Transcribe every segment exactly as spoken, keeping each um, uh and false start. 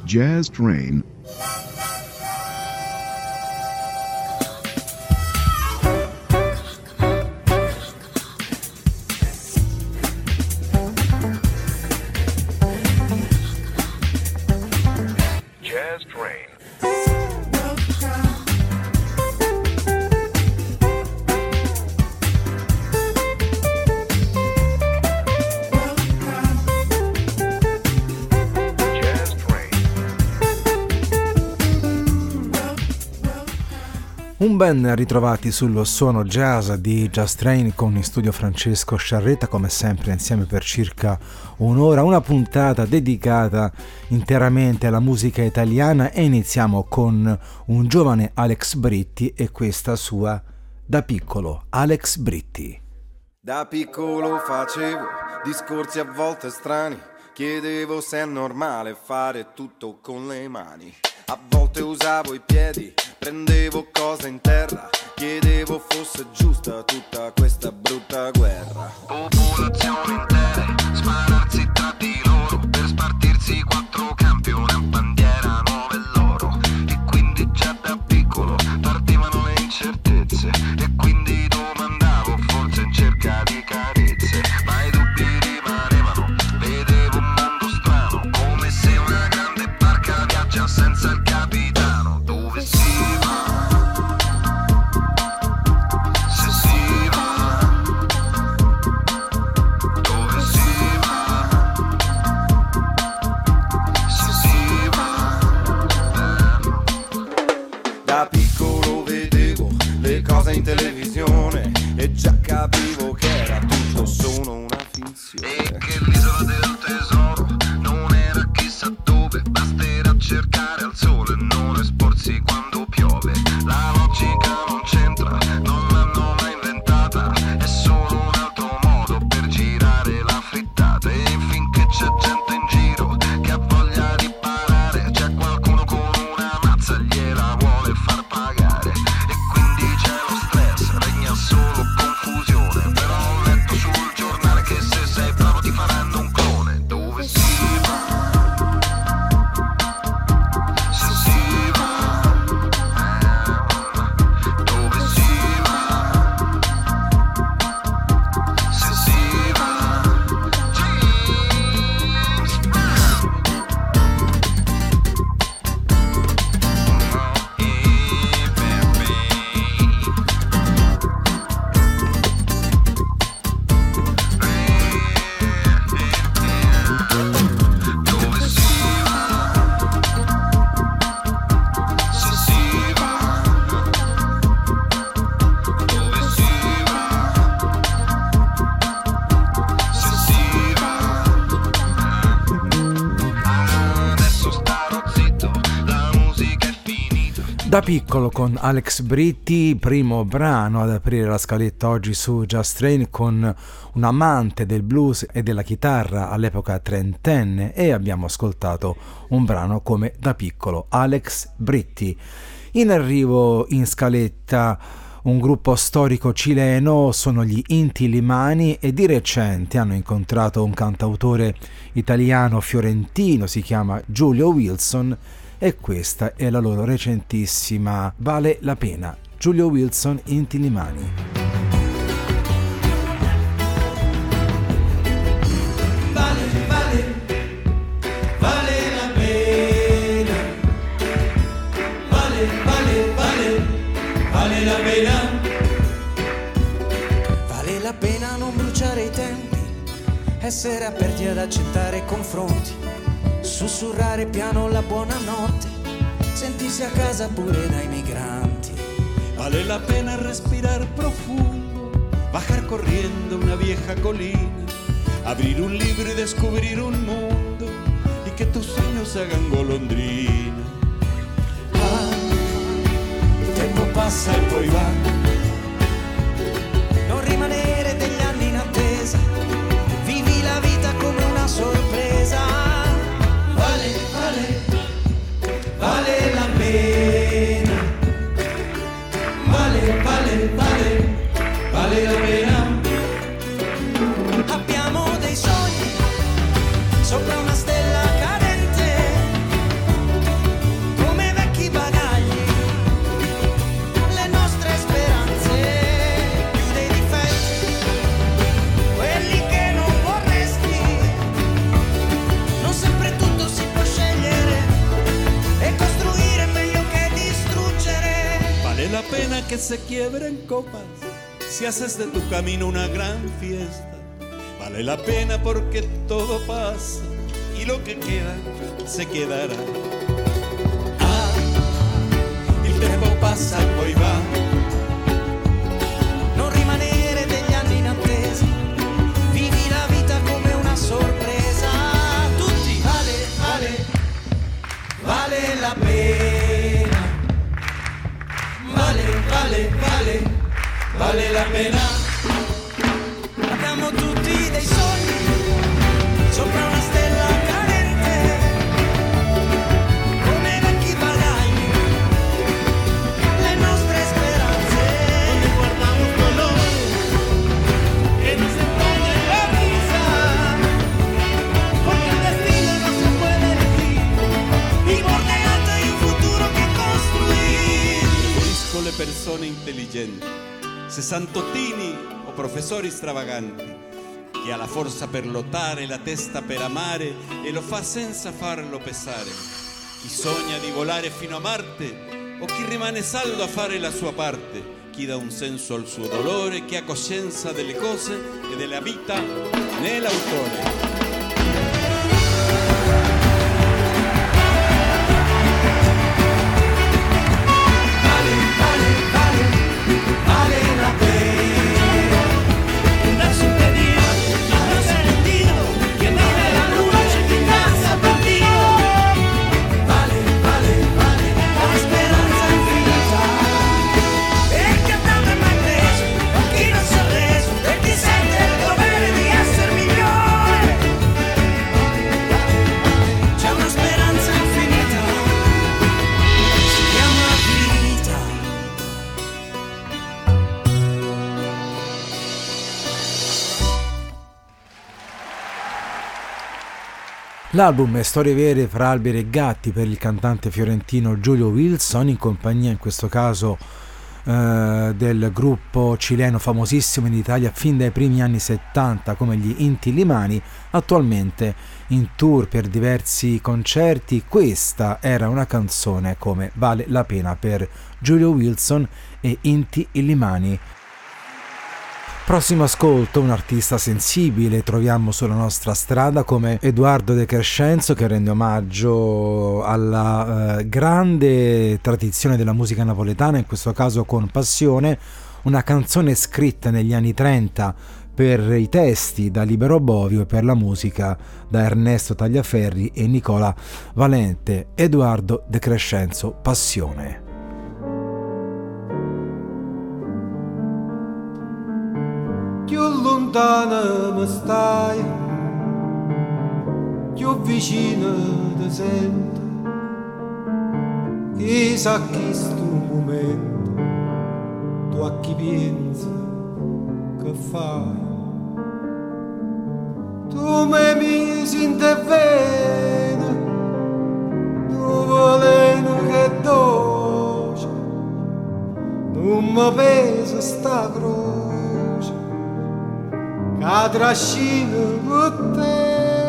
Jazz Train. Un ben ritrovati sullo suono jazz di Jazz Train con in studio Francesco Sciarretta, come sempre insieme per circa un'ora, una puntata dedicata interamente alla musica italiana, e iniziamo con un giovane Alex Britti e questa sua Da piccolo, Alex Britti. Da piccolo facevo discorsi a volte strani, chiedevo se è normale fare tutto con le mani. A volte usavo i piedi, prendevo cose in terra, chiedevo fosse giusta tutta questa brutta guerra. Popolazioni intere, spararsi tra di loro, per spartirsi quattro campi, una bandiera nuova e l'oro. E quindi già da piccolo partivano le incertezze, e quindi domandavo forse in cerca di carezze. Ma i dubbi rimanevano, vedevo un mondo strano, come se una grande barca viaggia senza il capitano. Dove si va? Se si va, dove si va? Se si va. Da piccolo vedevo le cose in televisione e già capivo che era tutto solo una finzione. E che l'isola del tesoro non era chissà dove, basterà cercare al sole e non esporsi quando piove. La logica non c'entra, non l'hanno mai inventata, è solo un altro modo per girare la frittata. E finché c'è gente in giro che ha voglia di parare, c'è qualcuno con una mazza gliela vuole far pagare. E quindi c'è lo stress, regna solo confusione, però ho letto sul giornale che se sei bravo ti faranno un clone. Dove si va? Se si va, dove si va? Se si va, James Brown. Hey baby, dove si va? Se si va, dove si va? Se si va. Adesso starò zitto, la musica è finita. Da piccolo con Alex Britti, primo brano ad aprire la scaletta oggi su Jazz Train, con un amante del blues e della chitarra all'epoca trentenne, e abbiamo ascoltato un brano come Da piccolo, Alex Britti. In arrivo in scaletta un gruppo storico cileno, sono gli Inti Illimani, e di recente hanno incontrato un cantautore italiano fiorentino, si chiama Giulio Wilson, e questa è la loro recentissima Vale la pena. Giulio Wilson, Inti Illimani. Vale, vale, vale la pena. Vale, vale, vale, vale la pena. Vale la pena non bruciare i tempi, essere aperti ad accettare confronti, sussurrare piano la buonanotte, sentirsi a casa pure dai migranti. Vale la pena respirar profundo, bajar corriendo una vieja colina, abrir un libro y descubrir un mundo, y que tus sueños se hagan golondrina. Ah, il tempo passa e poi va, non rimanere degli anni in attesa, vivi la vita come una sorpresa. Vale, vale, vale la pena. Vale, vale, vale, vale la pena. Abbiamo dei sogni sopra una stella cadente, que se quiebra en copas, si haces de tu camino una gran fiesta, vale la pena porque todo pasa y lo que queda se quedará. Ah, il tempo passa e poi va, non rimanere degli anni in attesa, vivi la vita come una sorpresa. Tutti vale, vale, vale la pena, vale, vale, vale, vale la pena. Abbiamo tutti dei sogni sopra una stella cadente, come vecchi balai, le nostre speranze, donde guardamos colores que nos empañan la vista, porque el destino no se puede elegir, y bordeate hay un futuro que construir. Preferisco le persone intelligenti, sessantotini o professori stravaganti, chi ha la forza per lottare, la testa per amare e lo fa senza farlo pesare, chi sogna di volare fino a Marte o chi rimane saldo a fare la sua parte, chi dà un senso al suo dolore, chi ha coscienza delle cose e della vita nell'autore. L'album è Storie vere fra alberi e gatti per il cantante fiorentino Giulio Wilson, in compagnia in questo caso eh, del gruppo cileno famosissimo in Italia fin dai primi anni settanta come gli Inti Illimani, attualmente in tour per diversi concerti. Questa era una canzone come Vale la pena per Giulio Wilson e Inti Illimani. Prossimo ascolto, un artista sensibile troviamo sulla nostra strada come Edoardo De Crescenzo, che rende omaggio alla eh, grande tradizione della musica napoletana, in questo caso con Passione, una canzone scritta negli anni trenta per i testi da Libero Bovio e per la musica da Ernesto Tagliaferri e Nicola Valente. Edoardo De Crescenzo, Passione. Più lontana mi stai, più vicino ti sento, chissà chi sto momento, tu a chi pensi che fai. Tu mi misi in te vena, tu veleno che dolce, non mi pesa sta croce, che trascina con te.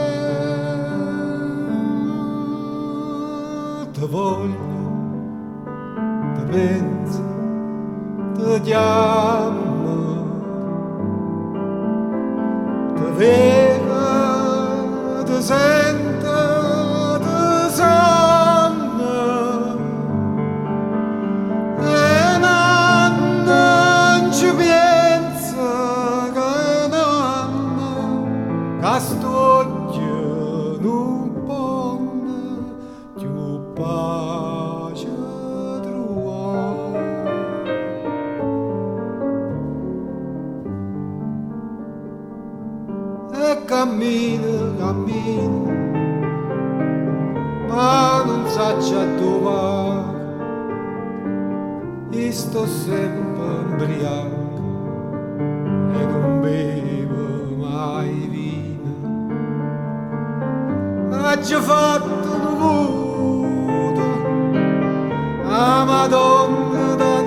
Ti voglio, ti penso, ti chiamo, ti vedo, ti sento, ti sonno, e non ci penso che Castoglia non ponne più pace trovare. E cammino, cammino, ma non saccia dove, e sto sempre ubriaco e non bevo mai vino. Ha già fatto dovuto a Madonna da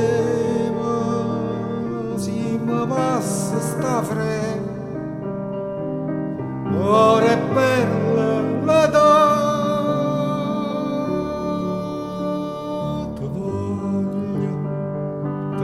Nemo, si mi passa sta fredda, ora è bella la donna. Ti voglio,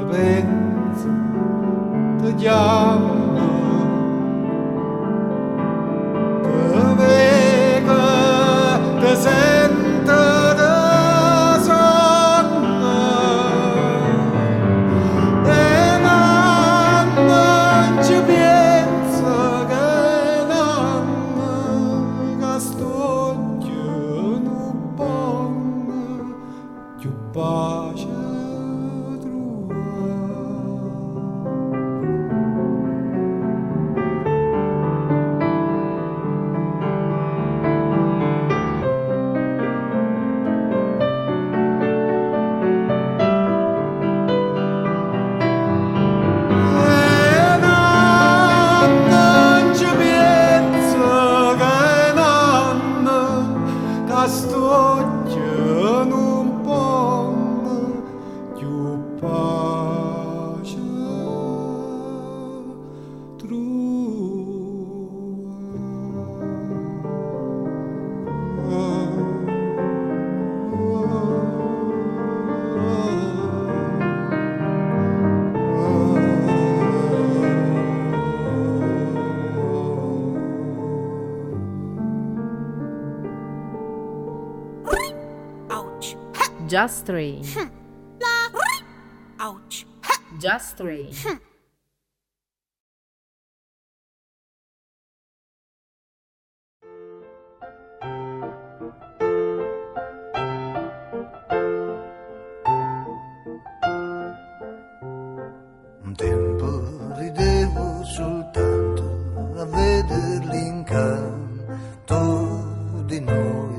Just Train. Ouch. Just Train. Un tempo ridevo soltanto a vederli in canto di noi,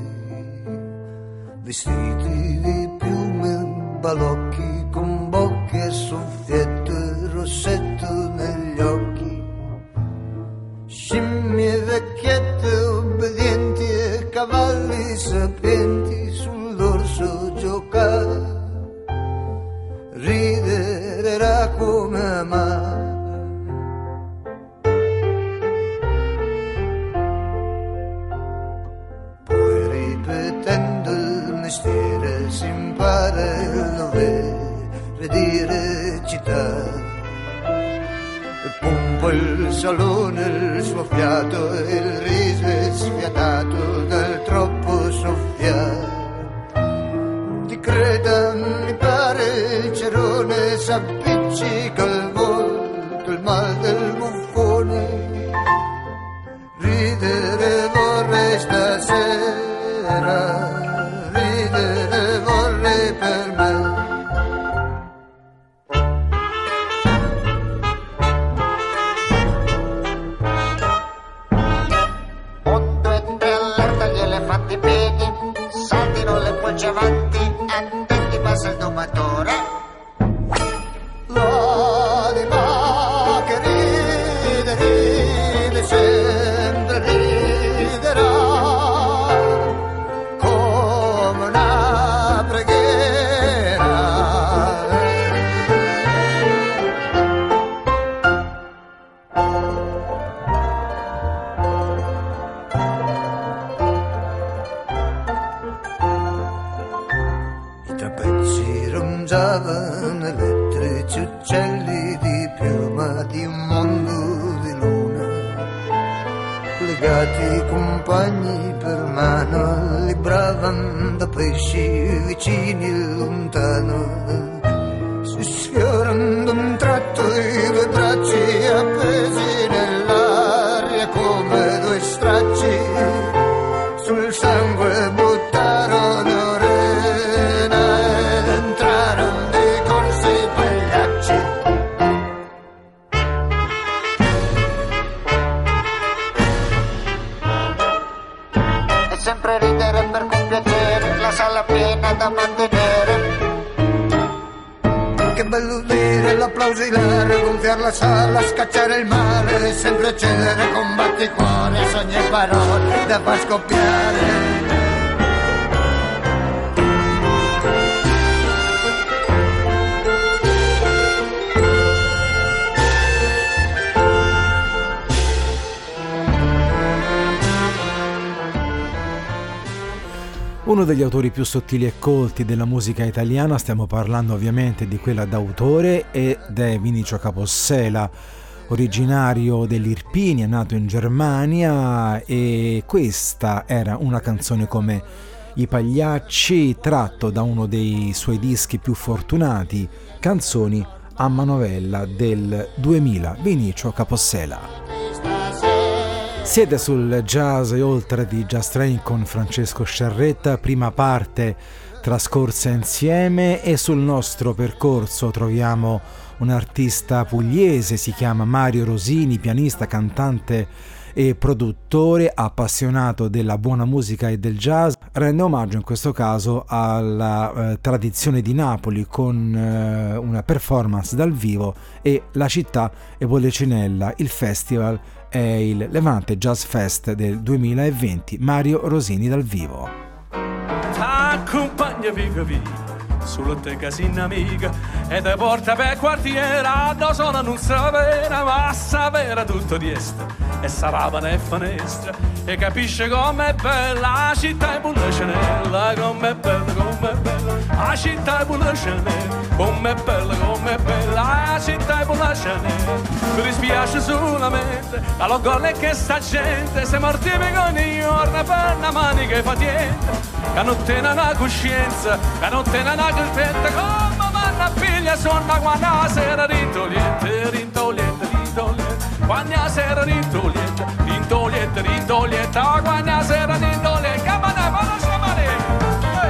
vestiti di piume, balocchi con bocche e soffietto e rossetto negli occhi, scimmie vecchiette obbedienti e cavalli sapienti sull'orso giocare. Ridere era come amare. Poi ripetendo il mestiere si impara il dovere di recitare. E pompa il salone il suo fiato e il riso è sfiatato dal troppo soffiare. Di creta mi pare il cerone s'appiccica al volto il mal del buffone. Ridere vorrei stasera, ridere vorrei per me. Un, due, tre, allerta gli elefanti in piedi, saltino le polce avanti. Attenti, passa il domatore. L'anima che ride, ride, sempre riderà, come una preghiera. I trapezzi ronzavano elettrici uccelli di piuma di un mondo di luna, legati compagni per mano, libravan da pesci vicini lontano, si sfiorando un tratto i due bracci appesi nell'aria come due stracci, sul sangue buttarono rena ed entrarono di corsi pagliacci. E sempre ridere per compiacere, la sala piena da mantenere. Che bello udire l'applauso ilare, gonfiar la sala, scacciare il male, sempre accedere, combatti i cuori, sogni e parole da far scoppiare. Uno degli autori più sottili e colti della musica italiana, stiamo parlando ovviamente di quella d'autore, ed è Vinicio Capossela, originario dell'Irpinia, nato in Germania, e questa era una canzone come I Pagliacci, tratto da uno dei suoi dischi più fortunati, Canzoni a manovella del duemila, Vinicio Capossela. Siete sul Jazz e oltre di Just Train con Francesco Sciarretta, prima parte trascorsa insieme, e sul nostro percorso troviamo un artista pugliese, si chiama Mario Rosini, pianista, cantante e produttore, appassionato della buona musica e del jazz. Rende omaggio in questo caso alla eh, tradizione di Napoli con eh, una performance dal vivo, e la città è Policinella, il festival è il Levante Jazz Fest del duemilaventi. Mario Rosini dal vivo. T'accompagna viva via sulla te casina amica e te porta per quartiere, da sono non sapere, ma sapere tutto di est, e saravano e finestra, e capisce com'è bella la città e Pulcinella, com'è bella, com'è bella la città e Pulcinella, com'è bella, com'è bella la città e Pulcinella. Mi dispiace solamente la logolla che sta gente se mortifica ogni giorno per una manica patiente, che non tiene una coscienza, che non tiene una coscienza, come vanno piglia sonna quando la sera rintoliente, rintoliente, rintoliente, quando la sera rintoliente, rintoliente, rintoliente, quando la sera rintoliente, che ma ne vanno a chiamare.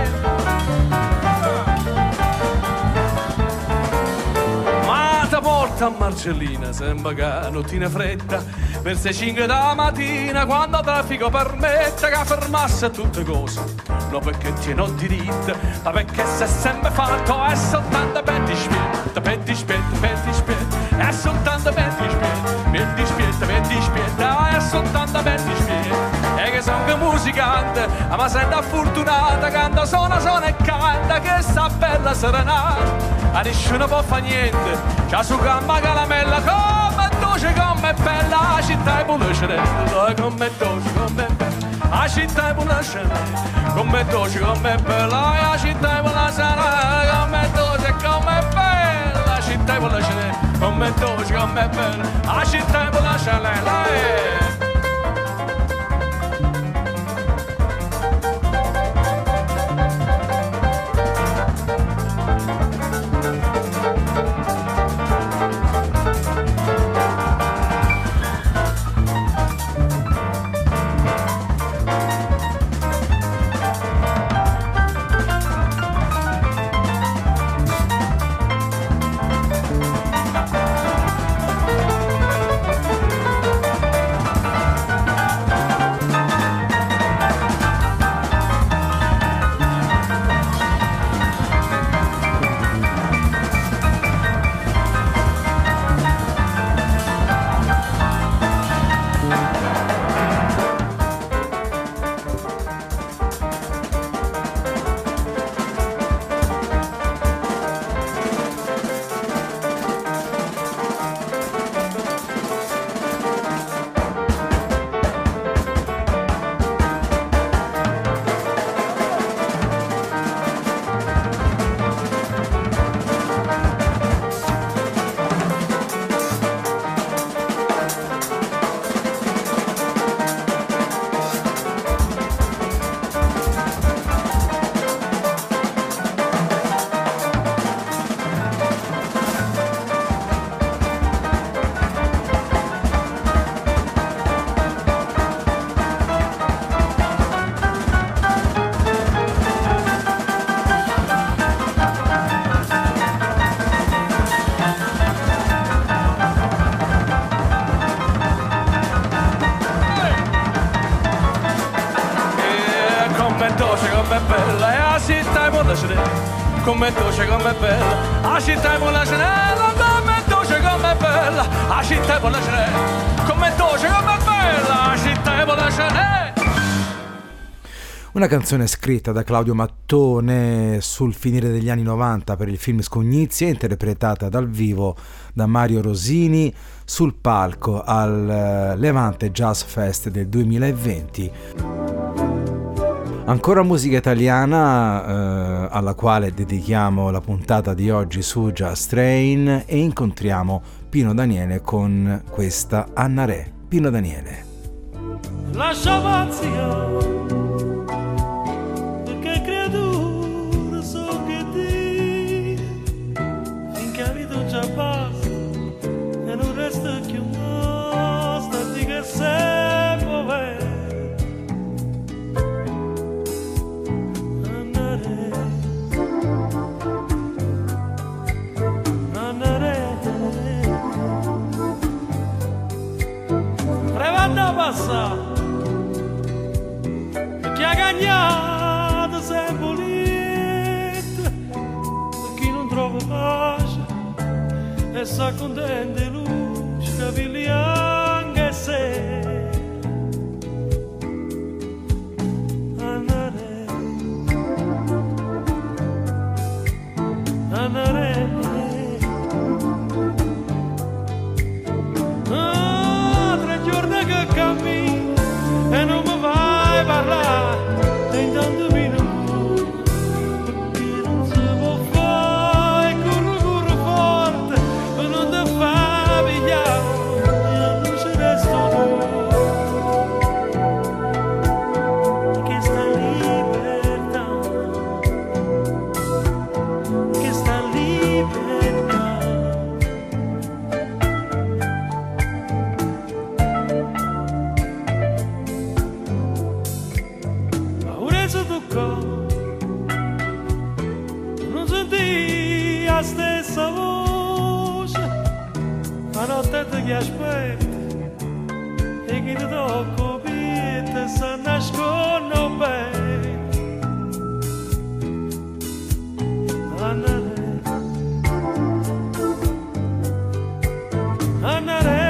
Porta a Marcellina, sembra che non tiene fretta, verso le cinque della mattina, quando il traffico permette che fermasse tutte cose, non perché tiene diritto, ma perché si è sempre fatto, è soltanto per dispietto, per dispietto, per dispietto, è soltanto per dispietto, per dispietto, per dispietto, è soltanto per dispietto. E che sono che musicante, ma sento fortunata, quando suona, suona e canta, che sta bella serenata. A nessuno può fa niente, c'ha su gamba caramella, come dolce, come bella la città è Pulcinella, come dolce, come bella la città è Pulcinella, come dolce, come bella la città è Pulcinella, come dolce, come bella la città è Pulcinella, come dolce, come bella la città è Pulcinella. Come dolce, come bella, la città è Pulcinella, come dolce, come bella, la città è Pulcinella, come dolce, come bella, la città è Pulcinella. Una canzone scritta da Claudio Mattone sul finire degli anni novanta per il film Scognizi e interpretata dal vivo da Mario Rosini sul palco al Levante Jazz Fest del duemilaventi. Ancora musica italiana eh, alla quale dedichiamo la puntata di oggi su Just Train e incontriamo Pino Daniele con questa Anna Re. Pino Daniele. Lascia vazia, perché creatura so che ti, finché la vita già basta e non resta più una, stati che sei povero. Prevanda passa chi ha gagnato sempre lieto, chi non trova pace e sa contenta e luce capelli anche se andare andare si toccò, non sentì la stessa voce, la notte che aspetta e chi ti tocca per te si nasconde bene. Andare, andare.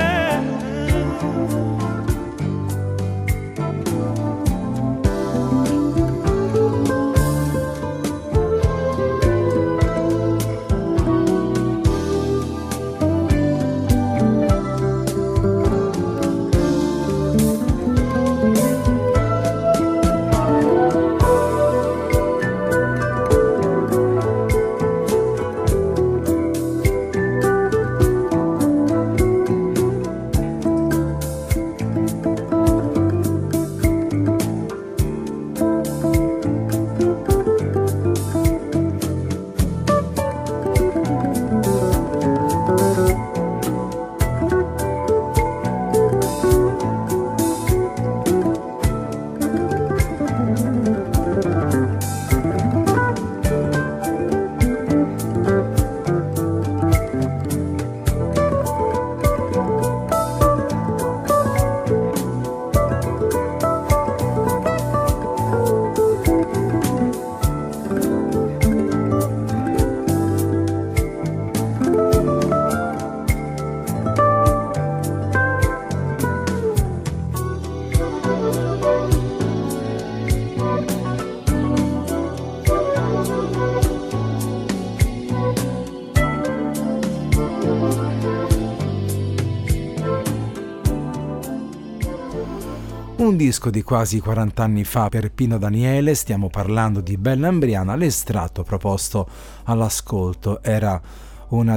Un disco di quasi quaranta anni fa per Pino Daniele, stiamo parlando di Bella Embriana. L'estratto proposto all'ascolto era una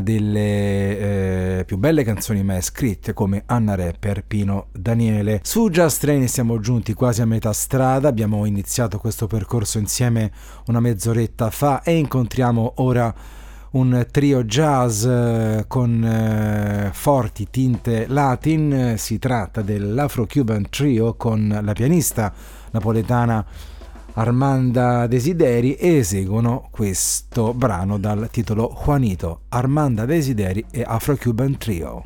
delle eh, più belle canzoni mai scritte, come Anna Re per Pino Daniele. Su Just Train siamo giunti quasi a metà strada, abbiamo iniziato questo percorso insieme una mezz'oretta fa e incontriamo ora un trio jazz eh, con eh, forti tinte latin. Si tratta dell'Afro-Cuban Trio con la pianista napoletana Armanda Desideri e eseguono questo brano dal titolo Juanito. Armanda Desideri e Afro-Cuban Trio.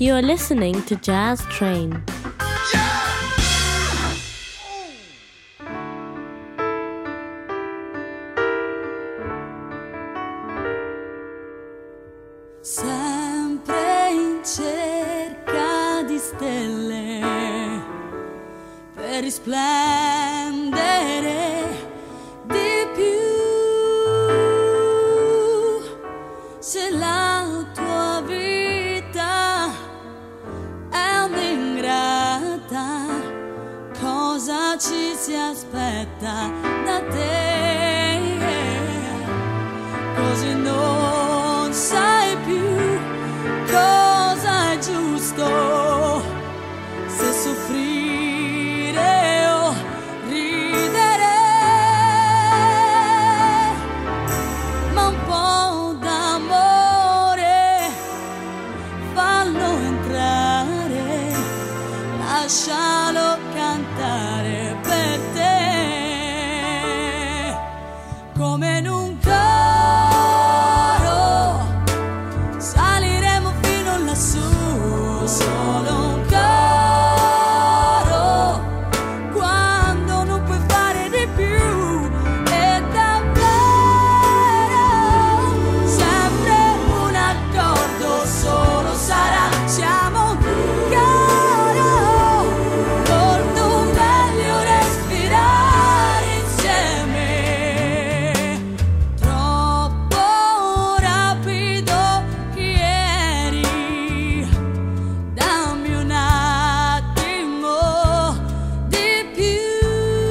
You're listening to Jazz Train. Sempre in cerca di stelle per risplendere di più. Se la tua vita è un'ingrata, cosa ci si aspetta da te? Così non sai più cosa è giusto, se soffrire o ridere, ma un po' d'amore fallo entrare, lascialo cantare per te, come in un coro saliremo fino lassù, solo un coro quando non puoi fare di più, e davvero sempre un accordo solo sarà, siamo un coro, molto meglio respirare insieme, troppo rapido ieri, dammi un attimo di più,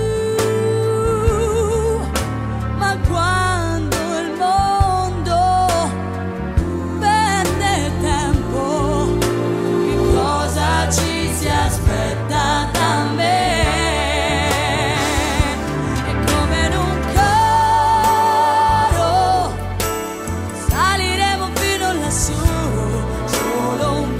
ma quando il mondo perde tempo, che cosa ci si aspetta da me? È come in un coro saliremo fino lassù, solo un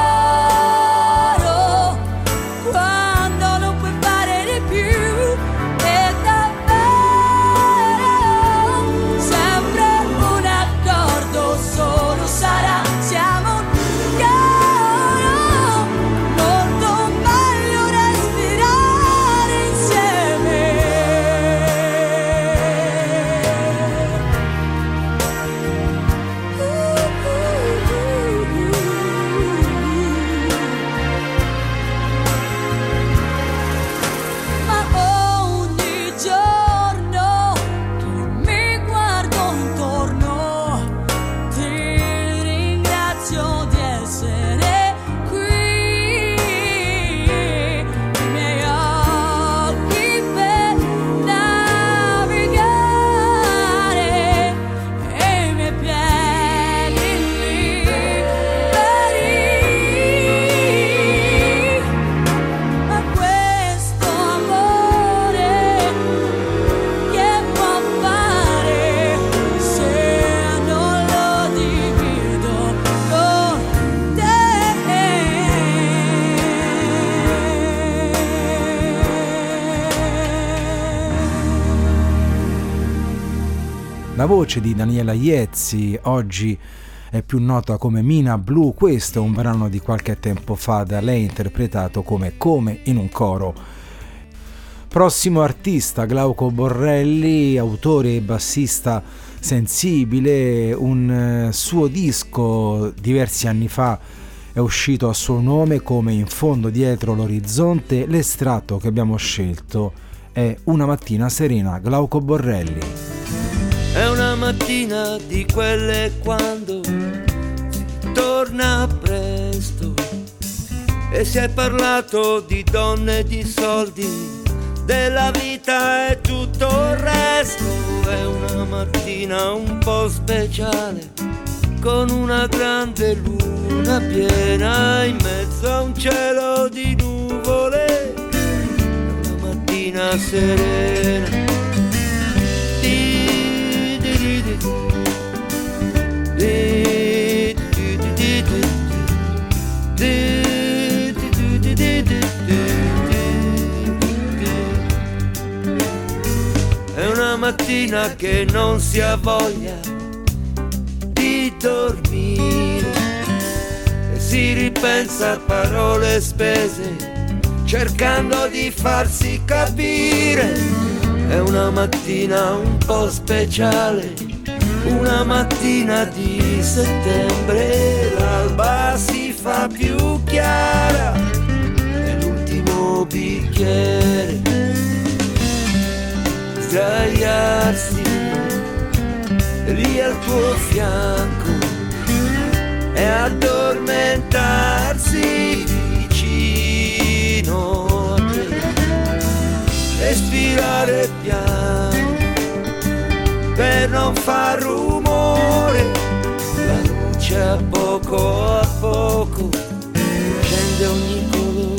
coro quando non puoi fare di più, e davvero sempre un accordo solo sarà, siamo un coro, molto meglio respirare insieme. Ma ogni giorno che mi guardo intorno ti ringrazio di essere qui, i miei occhi per navigare e i miei piedi liberi, ma questo amore che può fare se non lo divido con te. La voce di Daniela Iezzi oggi è più nota come Mina Blue. Questo è un brano di qualche tempo fa da lei interpretato come Come in un coro. Prossimo artista, Glauco Borrelli, autore e bassista sensibile. Un eh, suo disco diversi anni fa è uscito a suo nome come In fondo dietro l'orizzonte. L'estratto che abbiamo scelto è Una mattina serena, Glauco Borrelli. È una mattina di quelle quando si torna presto e si è parlato di donne, di soldi, della vita e tutto il resto. È una mattina un po' speciale con una grande luna piena in mezzo a un cielo di nuvole. È una mattina serena. È una mattina che non si ha voglia di dormire e si ripensa a parole spese, cercando di farsi capire. È una mattina un po' speciale, una mattina di settembre, l'alba si fa più chiara, è l'ultimo bicchiere. Sdraiarsi lì al tuo fianco e addormentarsi vicino a te, respirare piano per non far rumore, la luce a poco a poco scende ogni colore.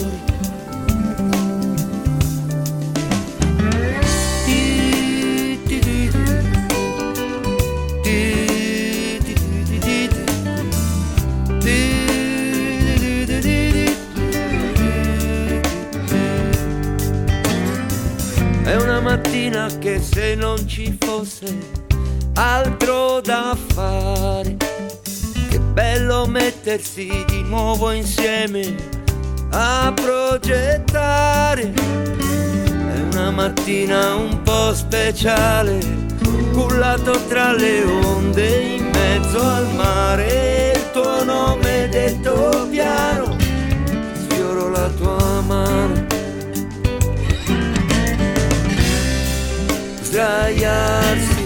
È una mattina che se non ci fosse altro da fare, che bello mettersi di nuovo insieme a progettare. È una mattina un po' speciale, cullato tra le onde in mezzo al mare, il tuo nome detto piano, sfioro la tua mano. Sdraiarsi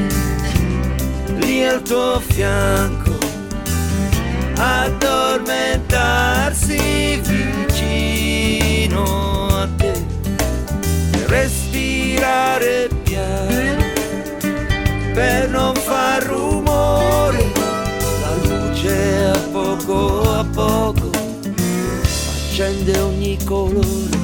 lì al tuo fianco, addormentarsi vicino a te, respirare piano per non far rumore, la luce a poco a poco accende ogni colore.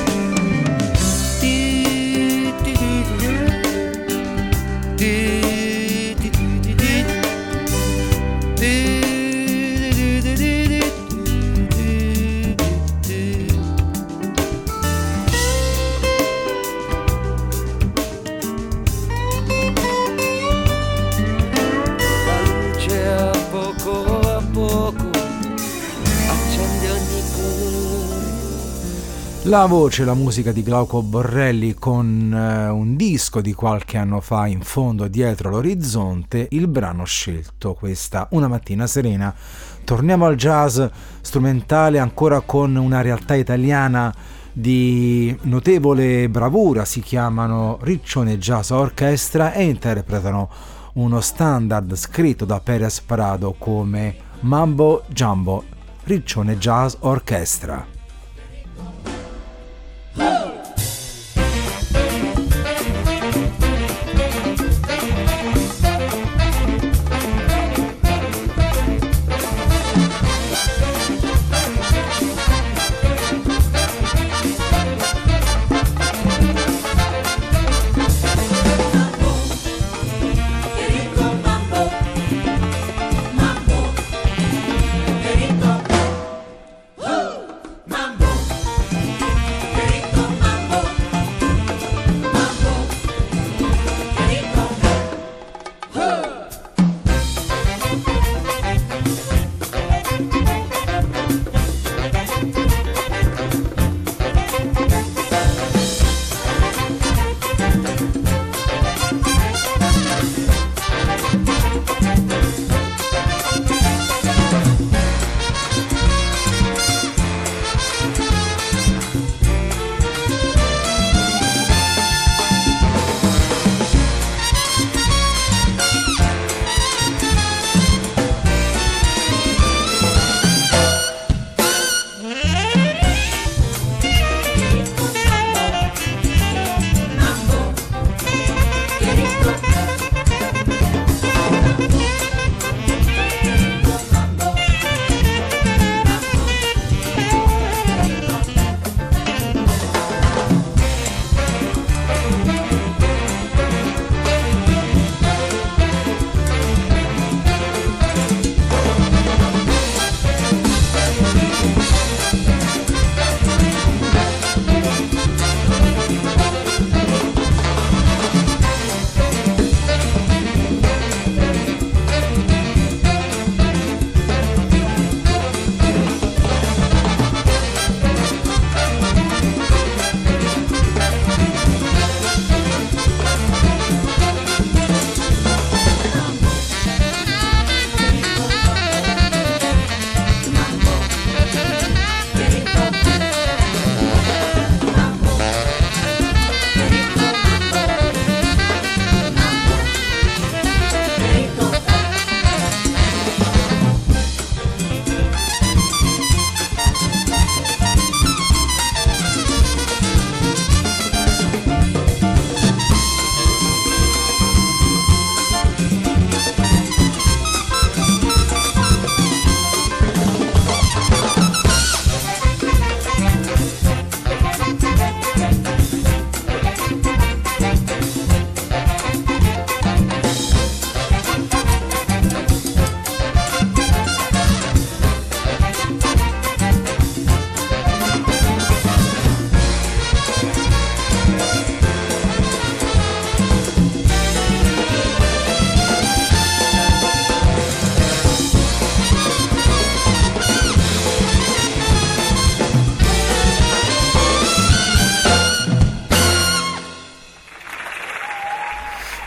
La voce e la musica di Glauco Borrelli con eh, un disco di qualche anno fa in fondo dietro l'orizzonte, il brano scelto questa Una mattina serena. Torniamo al jazz strumentale ancora con una realtà italiana di notevole bravura, si chiamano Riccione Jazz Orchestra e interpretano uno standard scritto da Perez Prado come Mambo Jumbo, Riccione Jazz Orchestra. Mambo,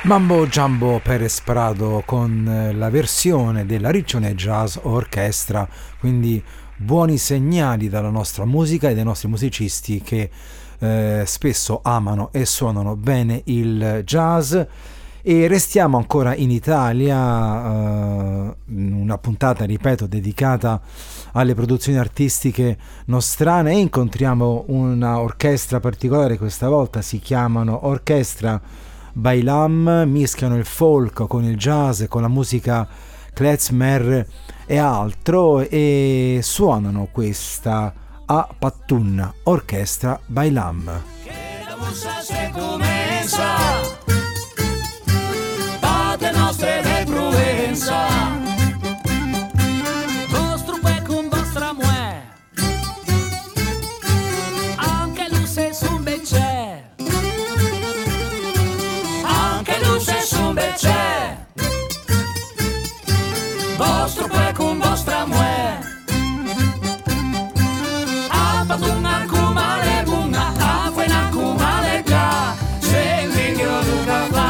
Mambo Jumbo Perez Prado con la versione della Riccione Jazz Orchestra, quindi buoni segnali dalla nostra musica e dai nostri musicisti che eh, spesso amano e suonano bene il jazz. E restiamo ancora in Italia, eh, una puntata, ripeto, dedicata alle produzioni artistiche nostrane, e incontriamo una orchestra particolare. Questa volta si chiamano Orchestra Bailam, mischiano il folk con il jazz, con la musica klezmer e altro, e suonano questa a Pattun, Orchestra Bailam. La mossa se comincia, parte nostre de Provenza, vostro pe con vostra mue, anche luce sun becce, anche luce sun becce, vostro pe con vostra mue, a Pattun kumale bunga, a fena kumale ka, se video duca fa.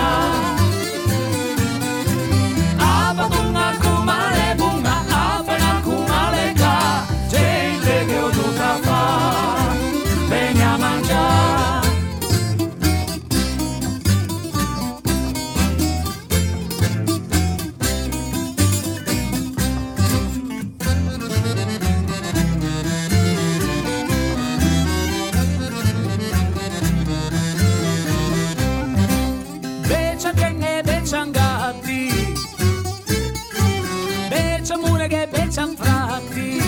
Beccian fratti,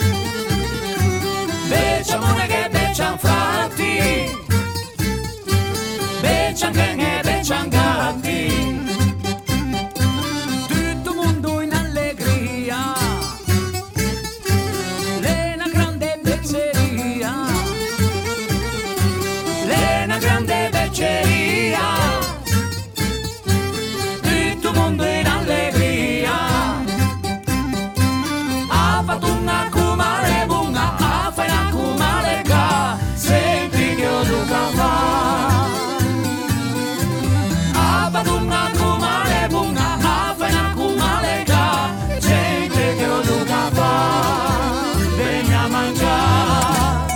becciamone che beccian fratti, beccian che ne beccian gatti, tutto mondo in allegria, l'è una grande becceria, l'è una grande becceria, tutto mondo in allegria. Pattun kumale bunga, a fena kumale ka, senti che ho duca fa. A Pattun kumale bunga, a fena kumale ka, senti che ho duca fa. Vieni a mangiare.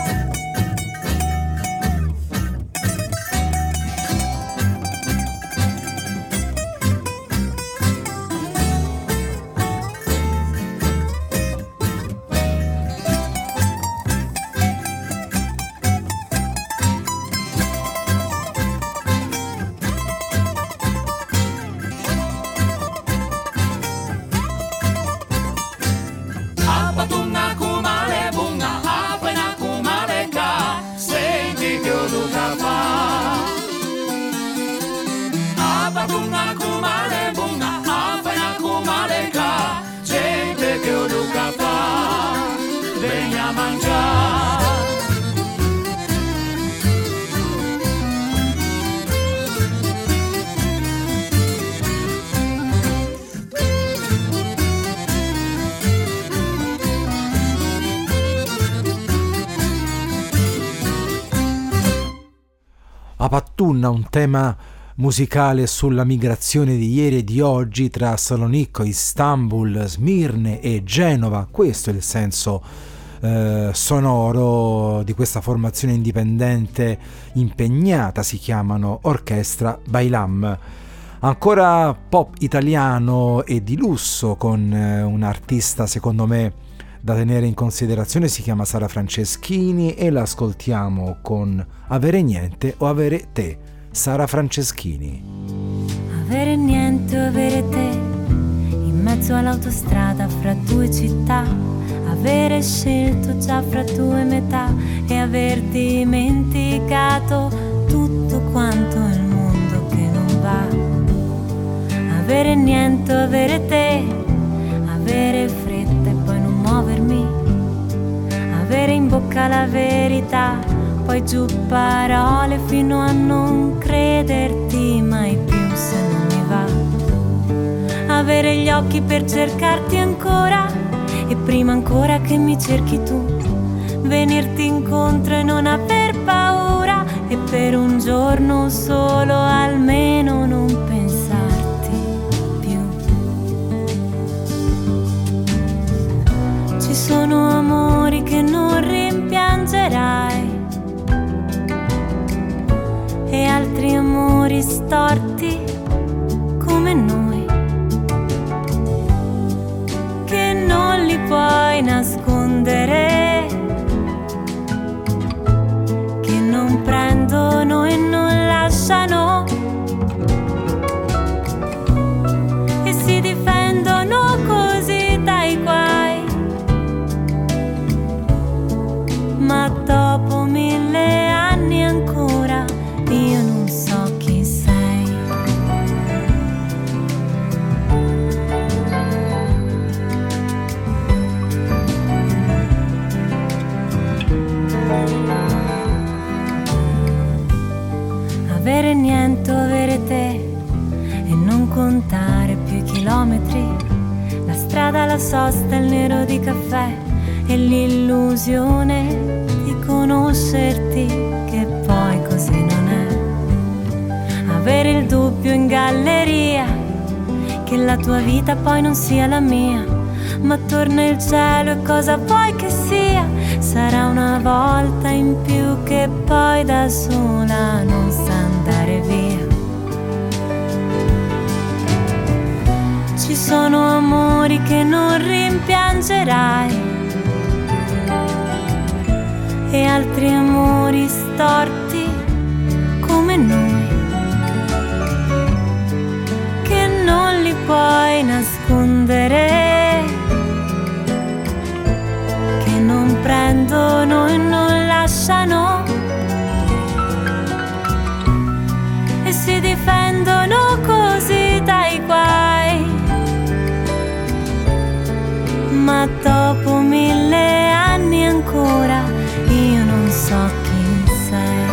A Pattun, un tema musicale sulla migrazione di ieri e di oggi tra Salonicco, Istanbul, Smirne e Genova. Questo è il senso eh, sonoro di questa formazione indipendente impegnata, si chiamano Orchestra Bailam. Ancora pop italiano e di lusso con eh, un artista secondo me da tenere in considerazione, si chiama Sara Franceschini e l'ascoltiamo con Avere niente o avere te. Sara Franceschini. Avere niente o avere te, in mezzo all'autostrada fra due città, avere scelto già fra due metà e aver dimenticato tutto quanto il mondo che non va. Avere niente o avere te, avere fretta e poi non muovermi, avere in bocca la verità, poi giù parole fino a non crederti mai più se non mi va. Avere gli occhi per cercarti ancora e prima ancora che mi cerchi tu, venirti incontro e non aver paura e per un giorno solo almeno non pensare amori storti come noi, che non li puoi nascondere, che non prendono e non lasciano e si difendono così dai guai. Ma dopo mille anni ancora io non so chi sei. Avere niente o avere te e non contare più i chilometri, la strada, la sosta, il nero di caffè e l'illusione di conoscerti, che poi così non è. Avere il dubbio in galleria che la tua vita poi non sia la mia, ma torna il cielo e cosa vuoi che sia, sarà una volta in più che poi da sola non sa andare via. Ci sono amori che non rimpiangerai e altri amori storti come noi, che non li puoi nascondere, che non prendono e non lasciano e si difendono così dai guai. Ma dopo mille anni ancora io non so chi sei.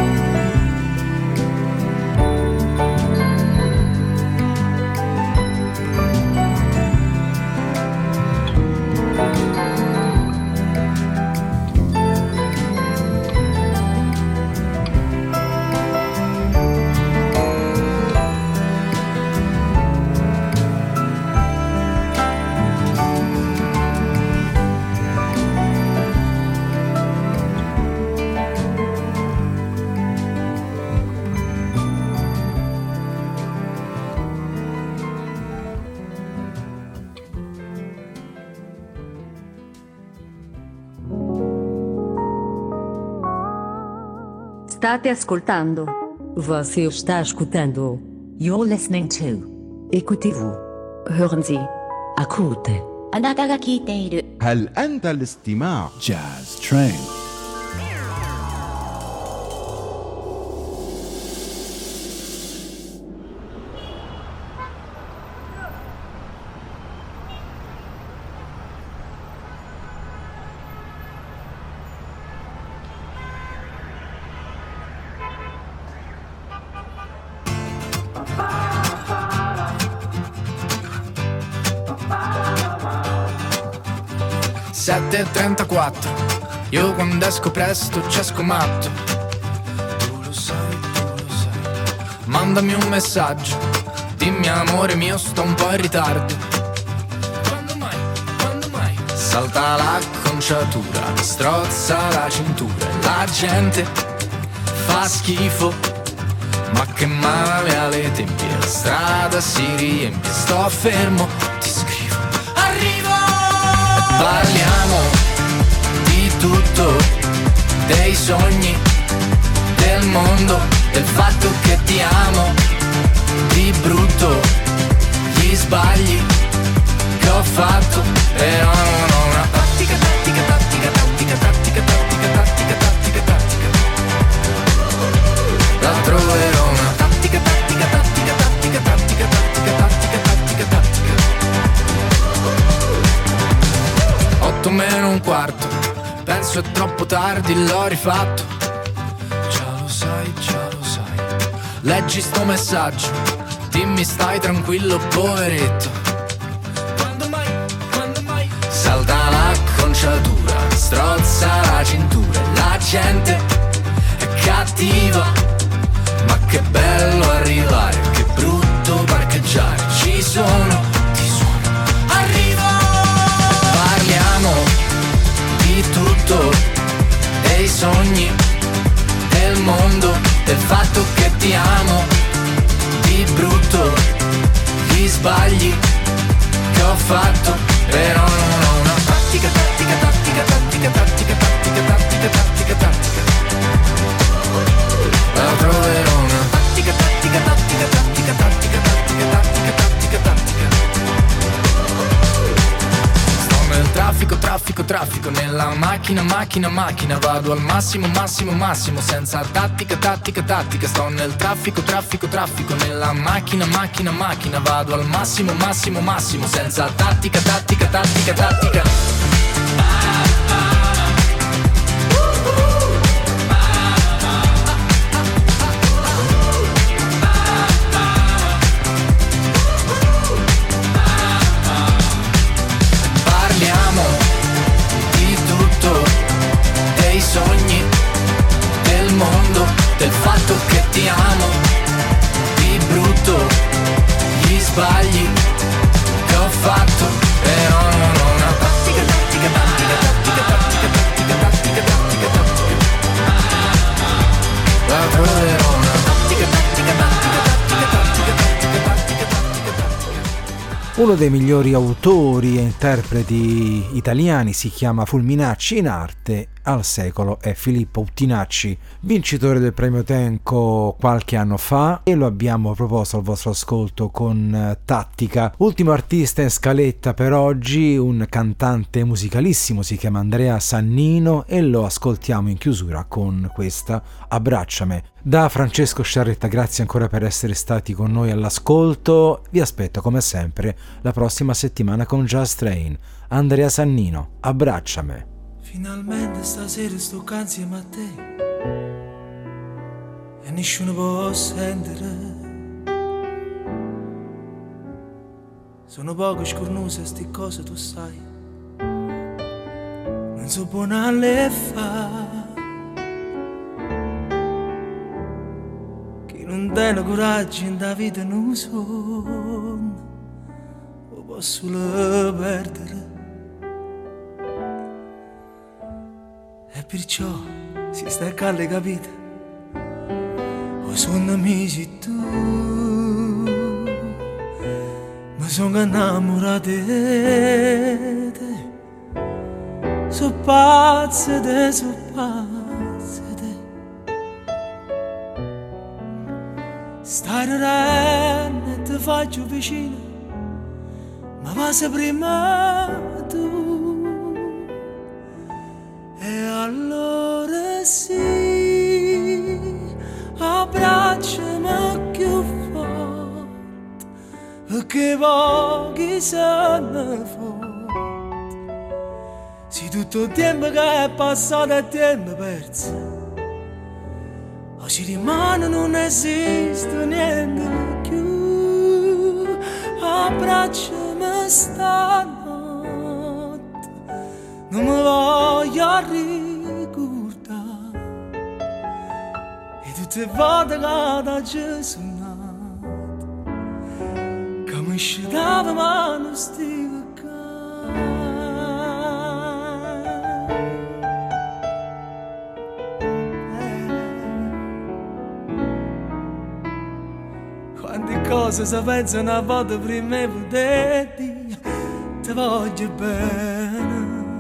State ascoltando. Você está escutando. You're listening to. Écoutez-vous. Hören Sie. Akute. あなたが聞いている。 هل أنت الاستماع Jazz Train. sette e trentaquattro, io quando esco presto c'è scomatto. Tu lo sai, tu lo sai. Mandami un messaggio, dimmi amore mio sto un po' in ritardo. Quando mai, quando mai? Salta l'acconciatura, mi strozza la cintura e la gente fa schifo. Ma che male alle tempie, la strada si riempie, sto fermo, ti scrivo, arrivo! Parliamo di tutto, dei sogni, del mondo, del fatto che ti amo, di brutto, gli sbagli che ho fatto, però non ho una tattica, tattica, tattica, tattica, tattica, tattica, tattica, tattica, tattica. La troverò una tattica, tattica, tattica, tattica, tattica, tattica, tattica, tattica, tattica. Otto meno un quarto, penso è troppo tardi, l'ho rifatto. Già lo sai, già lo sai. Leggi sto messaggio, dimmi stai tranquillo poveretto. Quando mai, quando mai? Salta l'acconciatura, strozza la cintura e la gente è cattiva. Ma che bello arrivare, che brutto parcheggiare. Ci sono, ti suono, arrivo. Parliamo di tutto, dei sogni, del mondo, del fatto che ti amo, sbagli che ho fatto, però non ho una tattica, tattica, tattica, tattica, tattica, tattica, tattica, tattica, tattica. La troverò una tattica, tattica, tattica, tattica, tattica, tattica, tattica, tattica, tattica. Sto nel traffico, traffico, traffico, nella macchina, macchina, macchina, vado al massimo, massimo, massimo, senza tattica, tattica, tattica. Sto nel traffico, traffico, traffico, nella macchina, macchina, macchina, vado al massimo, massimo, massimo, senza tattica, tattica, tattica, tattica. Sogni del mondo, del fatto che ti amo, di brutto, gli sbagli che ho fatto, però non ho una tattica, tattica, tattica, tattica, tattica, tattica, tattica, tattica, tattica. La troverò una tattica, tattica, tattica, tattica, tattica, tattica, tattica, tattica, tattica. Uno dei migliori autori e interpreti italiani si chiama Fulminacci, in arte al secolo è Filippo Uttinacci, vincitore del premio Tenco qualche anno fa, e lo abbiamo proposto al vostro ascolto con Tattica. Ultimo artista in scaletta per oggi, un cantante musicalissimo, si chiama Andrea Sannino e lo ascoltiamo in chiusura con questa Abbracciame. Da Francesco Sciarretta, grazie ancora per essere stati con noi all'ascolto, vi aspetto come sempre la prossima settimana con Just Train. Andrea Sannino, Abbracciame. Finalmente stasera sto qua insieme a te e nessuno può sentire. Sono poco scornose sti cose, tu sai, non so buona le fa. Chi non tiene coraggio in da vita non sono, lo posso solo perdere. E perciò si sta calde, capite? O sono amici tu, ma sono innamorato di te. So pazze te, so pazze te. Stai rarendo e ti faccio vicino, ma passa prima tu. E allora sì, abbracciami più forte, perché pochi sono forti. Se tutto il tempo che è passato è tempo perso, o ci rimane non esiste niente più. Abbracciami stanotte, non mi voglio ricordare e tutte le volte che da Gesù nato, che mi scendava ma non stiva eh. Quante cose si pensano a volte prima di poterti, ti voglio bene.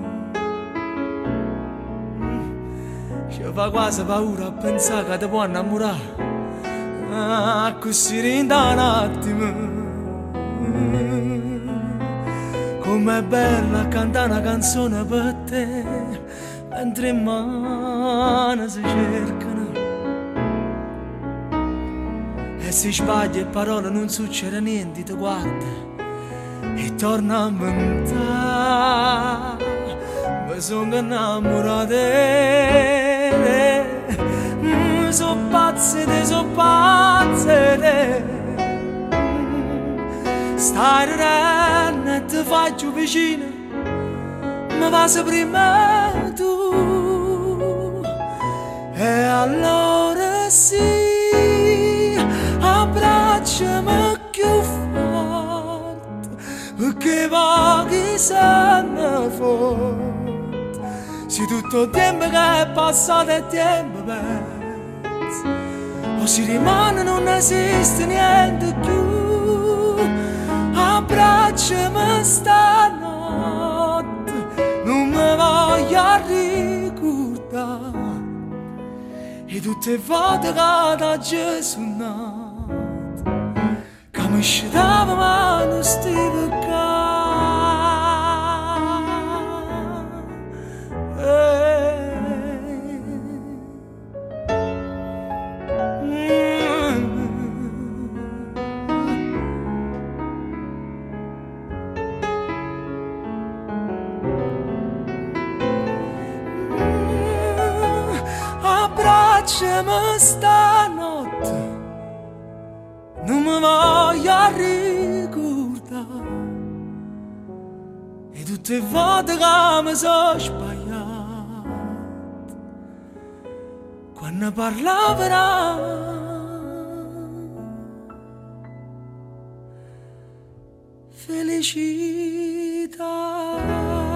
Fa quasi paura a pensare che ti può innamorare, ah, così in un attimo. Com'è bella cantare una canzone per te, mentre in mano si cercano. E se sbagli e parole non succede niente, ti guarda e torna a mentare. Mi sono innamorato. Mm, so pazze te, so pazze te. Mm, stai rarendo e ti faccio vicino, ma passa prima tu. E allora sì, abbracciami più forte, perché pochi sono forti. Se tutto il tempo che è passato è tempo perso, o si rimane non esiste niente più. abbracciami stanotte, non mi voglio ricordare e tutte le volte che da Gesù nato, che mi scitava ma non stava abbracciami stanotte, non mi voglio ricordare e tutte le volte che mi sono sbagliato quando parlavano felicità.